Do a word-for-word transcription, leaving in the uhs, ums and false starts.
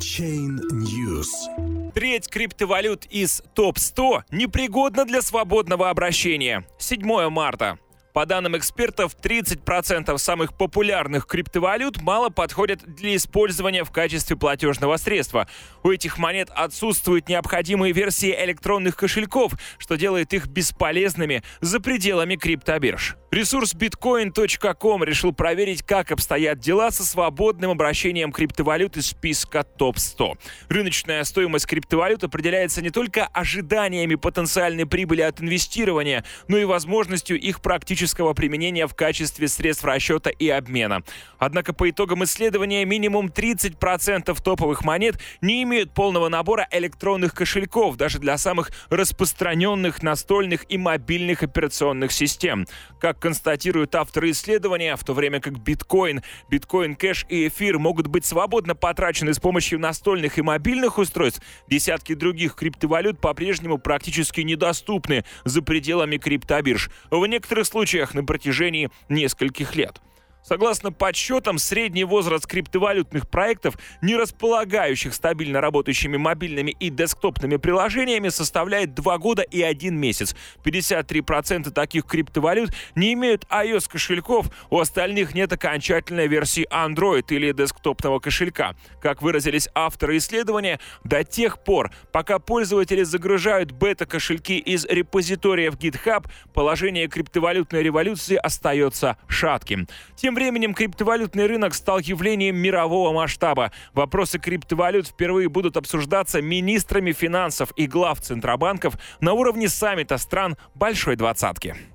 Chain News. Треть криптовалют из топ сто непригодна для свободного обращения. седьмое марта. По данным экспертов, тридцать процентов самых популярных криптовалют мало подходят для использования в качестве платежного средства. У этих монет отсутствуют необходимые версии электронных кошельков, что делает их бесполезными за пределами криптобирж. Ресурс биткоин точка ком решил проверить, как обстоят дела со свободным обращением криптовалют из списка топ сто. Рыночная стоимость криптовалют определяется не только ожиданиями потенциальной прибыли от инвестирования, но и возможностью их практического применения в качестве средств расчета и обмена. Однако по итогам исследования минимум тридцать процентов топовых монет не имеют полного набора электронных кошельков даже для самых распространенных настольных и мобильных операционных систем. Как констатируют авторы исследования, в то время как биткоин, биткоин кэш и эфир могут быть свободно потрачены с помощью настольных и мобильных устройств, десятки других криптовалют по-прежнему практически недоступны за пределами криптобирж, в некоторых случаях на протяжении нескольких лет. Согласно подсчетам, средний возраст криптовалютных проектов, не располагающих стабильно работающими мобильными и десктопными приложениями, составляет два года и один месяц. пятьдесят три процента таких криптовалют не имеют iOS-кошельков, у остальных нет окончательной версии Android или десктопного кошелька. Как выразились авторы исследования, до тех пор, пока пользователи загружают бета-кошельки из репозиториев GitHub, положение криптовалютной революции остается шатким. Тем Тем временем криптовалютный рынок стал явлением мирового масштаба. Вопросы криптовалют впервые будут обсуждаться министрами финансов и глав центробанков на уровне саммита стран Большой Двадцатки.